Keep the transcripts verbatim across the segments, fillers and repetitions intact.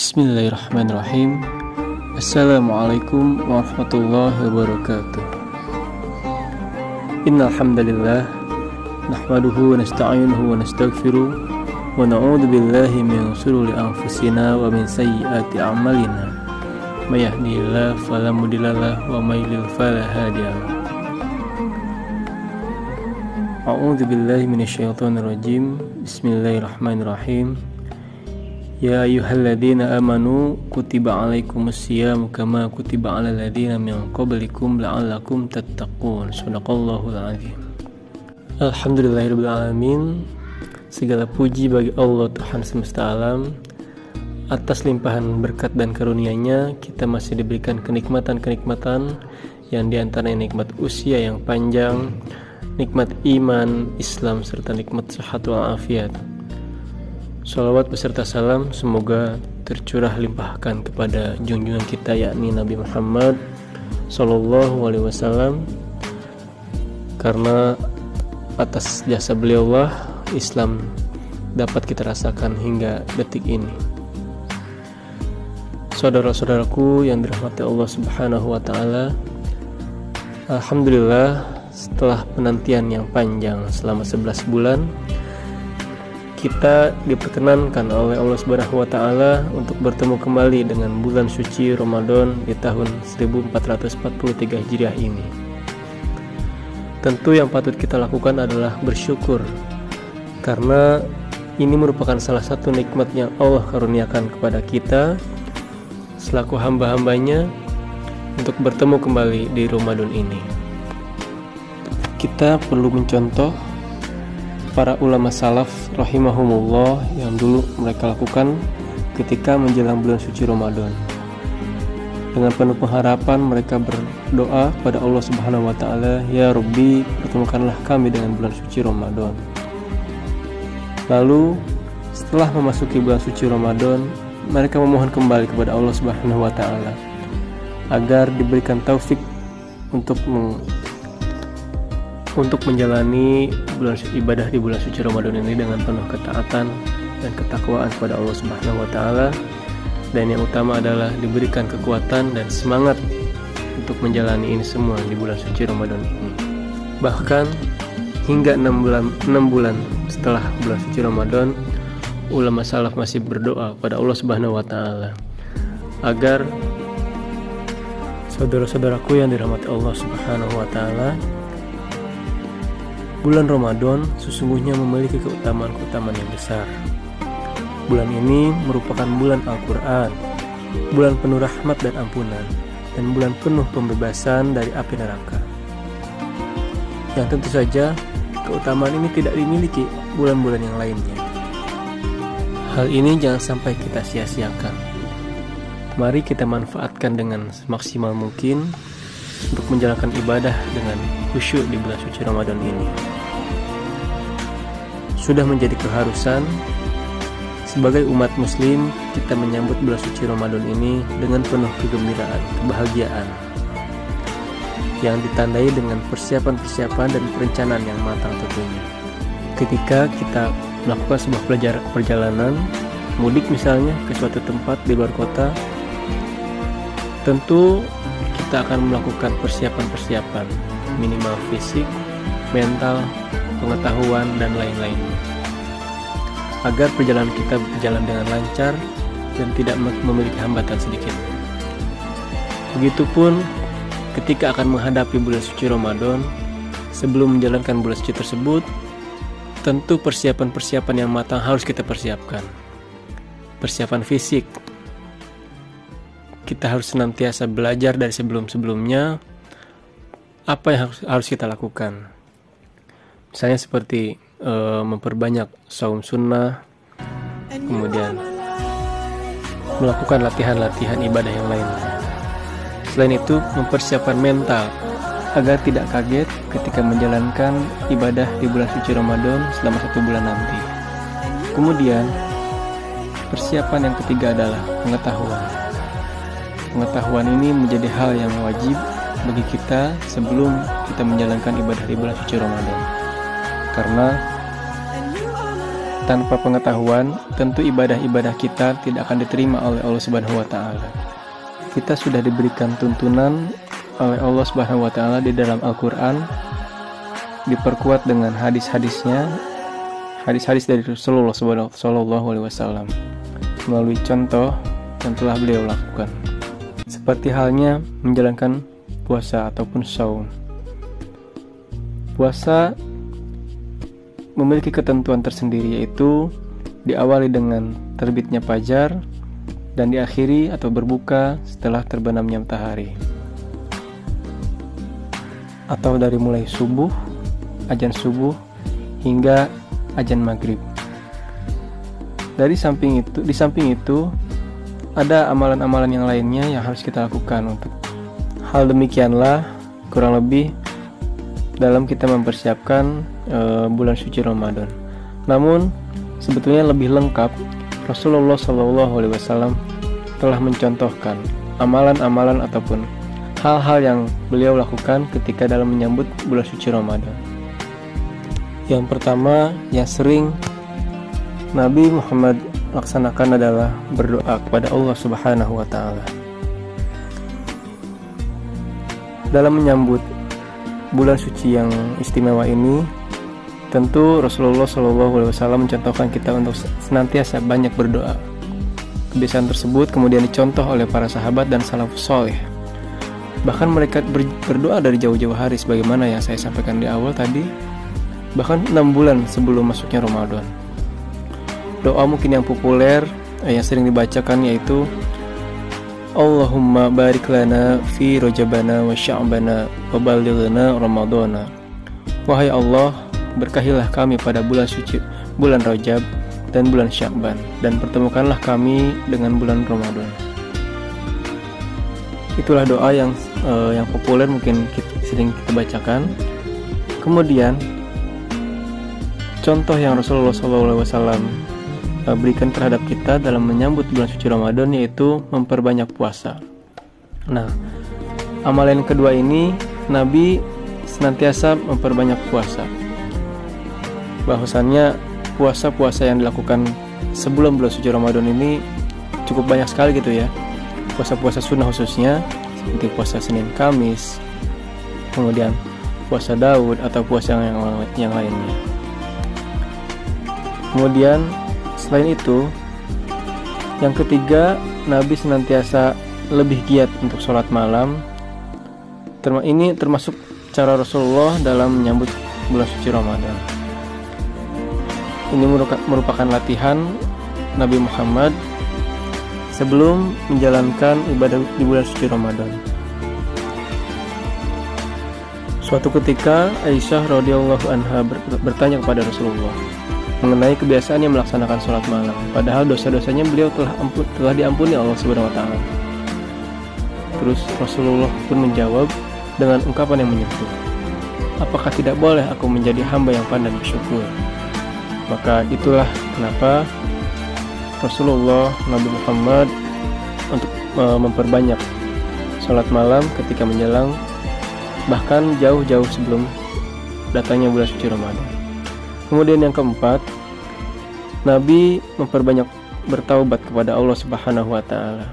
Bismillahirrahmanirrahim. Assalamualaikum warahmatullahi wabarakatuh. Innal hamdalillah nahmaduhu wa nasta'inuhu wa nastaghfiruh wa na'udzu billahi min shururi anfusina wa min sayyiati a'malina. May yahdihillahu fala mudhillalah wa may yudhlil fala hadiyalah. A'udzu billahi minasyaitonir rajim. Bismillahirrahmanirrahim. Ya ayyuhalladzina amanu kutiba alaikumussyam kama kutiba alal ladzina min qablikum la'allakum tattaqun. Shadaqallahul azim. Alhamdulillahirabbil alamin. Segala puji bagi Allah Tuhan semesta alam. Atas limpahan berkat dan karunia-Nya kita masih diberikan kenikmatan-kenikmatan yang diantaranya nikmat usia yang panjang, nikmat iman, Islam serta nikmat sehat wal afiat. Salawat beserta salam semoga tercurah limpahkan kepada junjungan kita yakni Nabi Muhammad Sallallahu Alaihi Wasallam, karena atas jasa beliau lah Islam dapat kita rasakan hingga detik ini. Saudara-saudaraku yang dirahmati Allah Subhanahu Wa Taala, alhamdulillah setelah penantian yang panjang selama sebelas bulan, kita diperkenankan oleh Allah Subhanahu wa taala untuk bertemu kembali dengan bulan suci Ramadan di tahun seribu empat ratus empat puluh tiga Hijriah ini. Tentu yang patut kita lakukan adalah bersyukur, karena ini merupakan salah satu nikmat yang Allah karuniakan kepada kita selaku hamba-hambanya untuk bertemu kembali di Ramadan ini. Kita perlu mencontoh para ulama salaf rahimahumullah yang dulu mereka lakukan ketika menjelang bulan suci Ramadan. Dengan penuh pengharapan mereka berdoa pada Allah Subhanahu wa taala, "Ya Rabbi, pertemukanlah kami dengan bulan suci Ramadan." Lalu setelah memasuki bulan suci Ramadan, mereka memohon kembali kepada Allah Subhanahu wa taala agar diberikan taufik untuk meng untuk menjalani bulan ibadah di bulan suci Ramadan ini dengan penuh ketaatan dan ketakwaan kepada Allah Subhanahu wa taala, dan yang utama adalah diberikan kekuatan dan semangat untuk menjalani ini semua di bulan suci Ramadan ini. Bahkan hingga enam bulan enam bulan setelah bulan suci Ramadan, ulama salaf masih berdoa pada Allah Subhanahu wa taala agar saudara-saudaraku yang dirahmati Allah Subhanahu wa taala, bulan Ramadan sesungguhnya memiliki keutamaan-keutamaan yang besar. Bulan ini merupakan bulan Al-Quran, bulan penuh rahmat dan ampunan, dan bulan penuh pembebasan dari api neraka. Yang tentu saja keutamaan ini tidak dimiliki bulan-bulan yang lainnya. Hal ini jangan sampai kita sia-siakan. Mari kita manfaatkan dengan semaksimal mungkin untuk menjalankan ibadah dengan khusyuk di bulan suci Ramadan ini. Sudah menjadi keharusan sebagai umat muslim kita menyambut bulan suci Ramadan ini dengan penuh kegembiraan, kebahagiaan yang ditandai dengan persiapan-persiapan dan perencanaan yang matang tentunya. Ketika kita melakukan sebuah pelajar- perjalanan mudik misalnya ke suatu tempat di luar kota, tentu kita akan melakukan persiapan-persiapan minimal fisik, mental, pengetahuan, dan lain-lainnya agar perjalanan kita berjalan dengan lancar dan tidak memiliki hambatan sedikit. Begitupun ketika akan menghadapi bulan suci Ramadan, sebelum menjalankan bulan suci tersebut, tentu persiapan-persiapan yang matang harus kita persiapkan. Persiapan fisik, kita harus senantiasa belajar dari sebelum-sebelumnya apa yang harus, harus kita lakukan. Misalnya seperti e, memperbanyak saum sunnah, kemudian melakukan latihan-latihan ibadah yang lainnya. Selain itu, mempersiapkan mental agar tidak kaget ketika menjalankan ibadah di bulan suci Ramadan selama satu bulan nanti. Kemudian, persiapan yang ketiga adalah pengetahuan. Pengetahuan ini menjadi hal yang wajib bagi kita sebelum kita menjalankan ibadah di bulan suci Ramadan. Karena Tanpa pengetahuan, tentu ibadah-ibadah kita tidak akan diterima oleh Allah Subhanahu wa taala. Kita sudah diberikan tuntunan oleh Allah Subhanahu wa taala di dalam Al-Qur'an, diperkuat dengan hadis-hadisnya, hadis-hadis dari Rasulullah sallallahu alaihi wasallam melalui contoh yang telah beliau lakukan. Seperti halnya menjalankan puasa ataupun saum. Puasa memiliki ketentuan tersendiri, yaitu diawali dengan terbitnya fajar dan diakhiri atau berbuka setelah terbenamnya matahari, atau dari mulai subuh, azan subuh hingga azan maghrib. Dari samping itu, di samping itu ada amalan-amalan yang lainnya yang harus kita lakukan. Untuk hal demikianlah kurang lebih dalam kita mempersiapkan e, bulan suci Ramadan. Namun sebetulnya lebih lengkap, Rasulullah shallallahu alaihi wasallam telah mencontohkan amalan-amalan ataupun hal-hal yang beliau lakukan ketika dalam menyambut bulan suci Ramadan. Yang pertama yang sering Nabi Muhammad laksanakan adalah berdoa kepada Allah Subhanahu wa taala. Dalam menyambut bulan suci yang istimewa ini, tentu Rasulullah shallallahu alaihi wasallam mencontohkan kita untuk senantiasa banyak berdoa. Kebiasaan tersebut kemudian dicontoh oleh para sahabat dan salafus saleh. Bahkan mereka berdoa dari jauh-jauh hari, sebagaimana yang saya sampaikan di awal tadi, bahkan enam bulan sebelum masuknya Ramadan. Doa mungkin yang populer yang sering dibacakan yaitu Allahumma barik lana fi rajabana wa sya'bana wa ballighna ramadana. Wahai Allah, berkahilah kami pada bulan suci bulan Rajab dan bulan Sya'ban, dan pertemukanlah kami dengan bulan Ramadan. Itulah doa yang uh, yang populer mungkin kita, sering kita bacakan. Kemudian contoh yang Rasulullah shallallahu alaihi wasallam berikan terhadap kita dalam menyambut bulan suci Ramadan yaitu memperbanyak puasa. Nah, amalan kedua ini Nabi senantiasa memperbanyak puasa. Bahwasannya puasa-puasa yang dilakukan sebelum bulan suci Ramadan ini cukup banyak sekali gitu ya. Puasa-puasa sunnah khususnya seperti puasa Senin Kamis, kemudian puasa Daud atau puasa yang yang lainnya. Kemudian selain itu, yang ketiga, Nabi senantiasa lebih giat untuk sholat malam. Ini termasuk cara Rasulullah dalam menyambut bulan suci Ramadan. Ini merupakan latihan Nabi Muhammad sebelum menjalankan ibadah di bulan suci Ramadan. Suatu ketika Aisyah radhiyallahu anha bertanya kepada Rasulullah mengenai kebiasaannya melaksanakan sholat malam, padahal dosa-dosanya beliau telah ampun, telah diampuni Allah Subhanahu wa taala. Terus Rasulullah pun menjawab dengan ungkapan yang menyentuh, apakah tidak boleh aku menjadi hamba yang pandai bersyukur? Maka itulah kenapa Rasulullah Nabi Muhammad untuk e, memperbanyak sholat malam ketika menjelang, bahkan jauh-jauh sebelum datangnya bulan suci Ramadan. Kemudian yang keempat, Nabi memperbanyak bertaubat kepada Allah Subhanahu wa taala.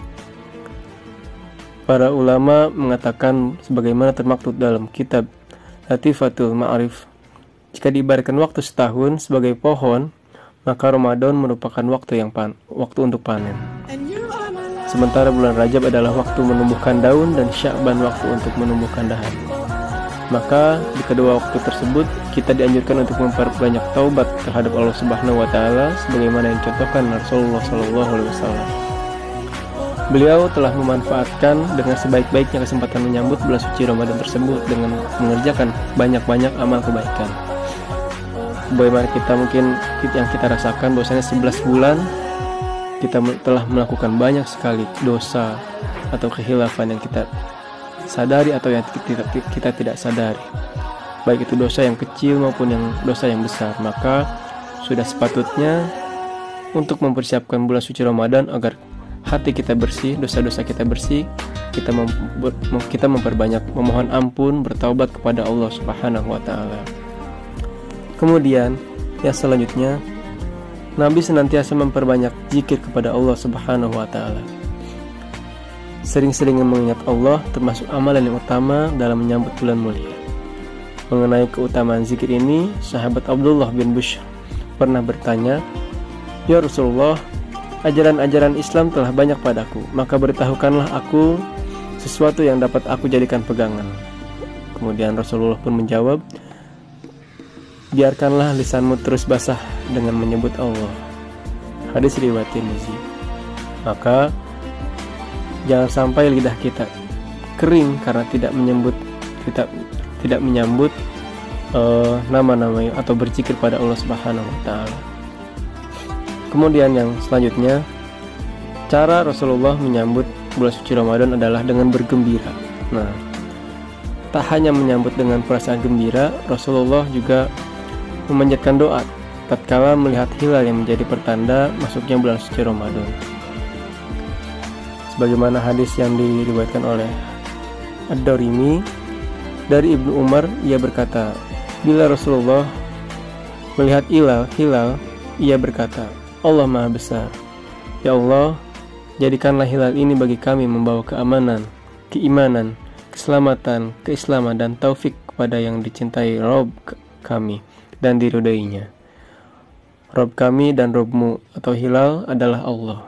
Para ulama mengatakan sebagaimana termaktub dalam kitab Latifatul Ma'arif, jika diibaratkan waktu setahun sebagai pohon, maka Ramadan merupakan waktu yang pan, waktu untuk panen. Sementara bulan Rajab adalah waktu menumbuhkan daun dan Sya'ban waktu untuk menumbuhkan dahan. Maka di kedua waktu tersebut kita dianjurkan untuk memperbanyak taubat terhadap Allah Subhanahu wa taala sebagaimana yang contohkan Rasulullah sallallahu alaihi wasallam. Beliau telah memanfaatkan dengan sebaik-baiknya kesempatan menyambut bulan suci Ramadan tersebut dengan mengerjakan banyak-banyak amal kebaikan. Bagaimana kita mungkin yang kita rasakan bahwasanya sebelas bulan kita telah melakukan banyak sekali dosa atau khilafan yang kita sadari atau yang kita, kita tidak sadari, baik itu dosa yang kecil maupun yang dosa yang besar. Maka sudah sepatutnya untuk mempersiapkan bulan suci Ramadan agar hati kita bersih, dosa-dosa kita bersih, kita mem- kita memperbanyak memohon ampun, bertaubat kepada Allah Subhanahu wa taala. Kemudian yang selanjutnya, Nabi senantiasa memperbanyak zikir kepada Allah Subhanahu wa taala. Sering-sering mengingat Allah termasuk amalan yang utama dalam menyambut bulan mulia. Mengenai keutamaan zikir ini, sahabat Abdullah bin Bushr pernah bertanya, "Ya Rasulullah, ajaran-ajaran Islam telah banyak padaku, maka beritahukanlah aku sesuatu yang dapat aku jadikan pegangan." Kemudian Rasulullah pun menjawab, "Biarkanlah lisanmu terus basah dengan menyebut Allah." Hadis riwayat Tirmizi. Maka jangan sampai lidah kita kering karena tidak menyebut tidak tidak menyambut uh, nama-nama atau berzikir pada Allah Subhanahu wa taala. Kemudian yang selanjutnya, cara Rasulullah menyambut bulan suci Ramadan adalah dengan bergembira. Nah, tak hanya menyambut dengan perasaan gembira, Rasulullah juga memanjatkan doa tatkala melihat hilal yang menjadi pertanda masuknya bulan suci Ramadan. Sebagaimana hadis yang diriwayatkan oleh Ad-Darimi dari Ibnu Umar, ia berkata, bila Rasulullah melihat hilal, hilal, ia berkata, Allah Maha Besar. Ya Allah, jadikanlah hilal ini bagi kami membawa keamanan, keimanan, keselamatan, keislaman, dan taufik kepada yang dicintai Rob kami dan diridainya. Rob kami dan Robmu atau hilal adalah Allah.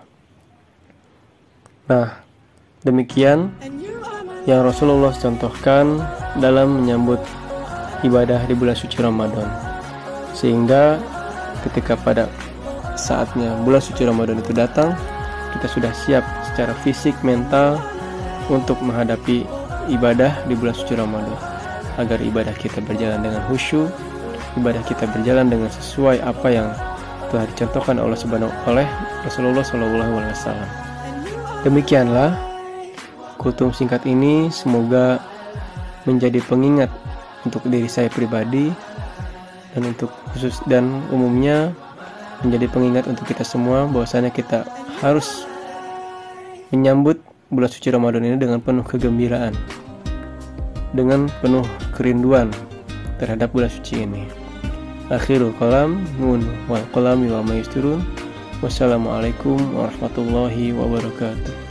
Nah, demikian yang Rasulullah contohkan dalam menyambut ibadah di bulan suci Ramadan. Sehingga ketika pada saatnya bulan suci Ramadan itu datang, kita sudah siap secara fisik, mental untuk menghadapi ibadah di bulan suci Ramadan, agar ibadah kita berjalan dengan khusyuk, ibadah kita berjalan dengan sesuai apa yang telah dicontohkan oleh Subhanahu oleh Rasulullah shallallahu alaihi wasallam. Demikianlah kultum singkat ini, semoga menjadi pengingat untuk diri saya pribadi dan untuk khusus dan umumnya menjadi pengingat untuk kita semua bahwasanya kita harus menyambut bulan suci Ramadan ini dengan penuh kegembiraan, dengan penuh kerinduan terhadap bulan suci ini. Akhirul kalam, nun wal qalami wa ma yasturun. Wassalamualaikum warahmatullahi wabarakatuh.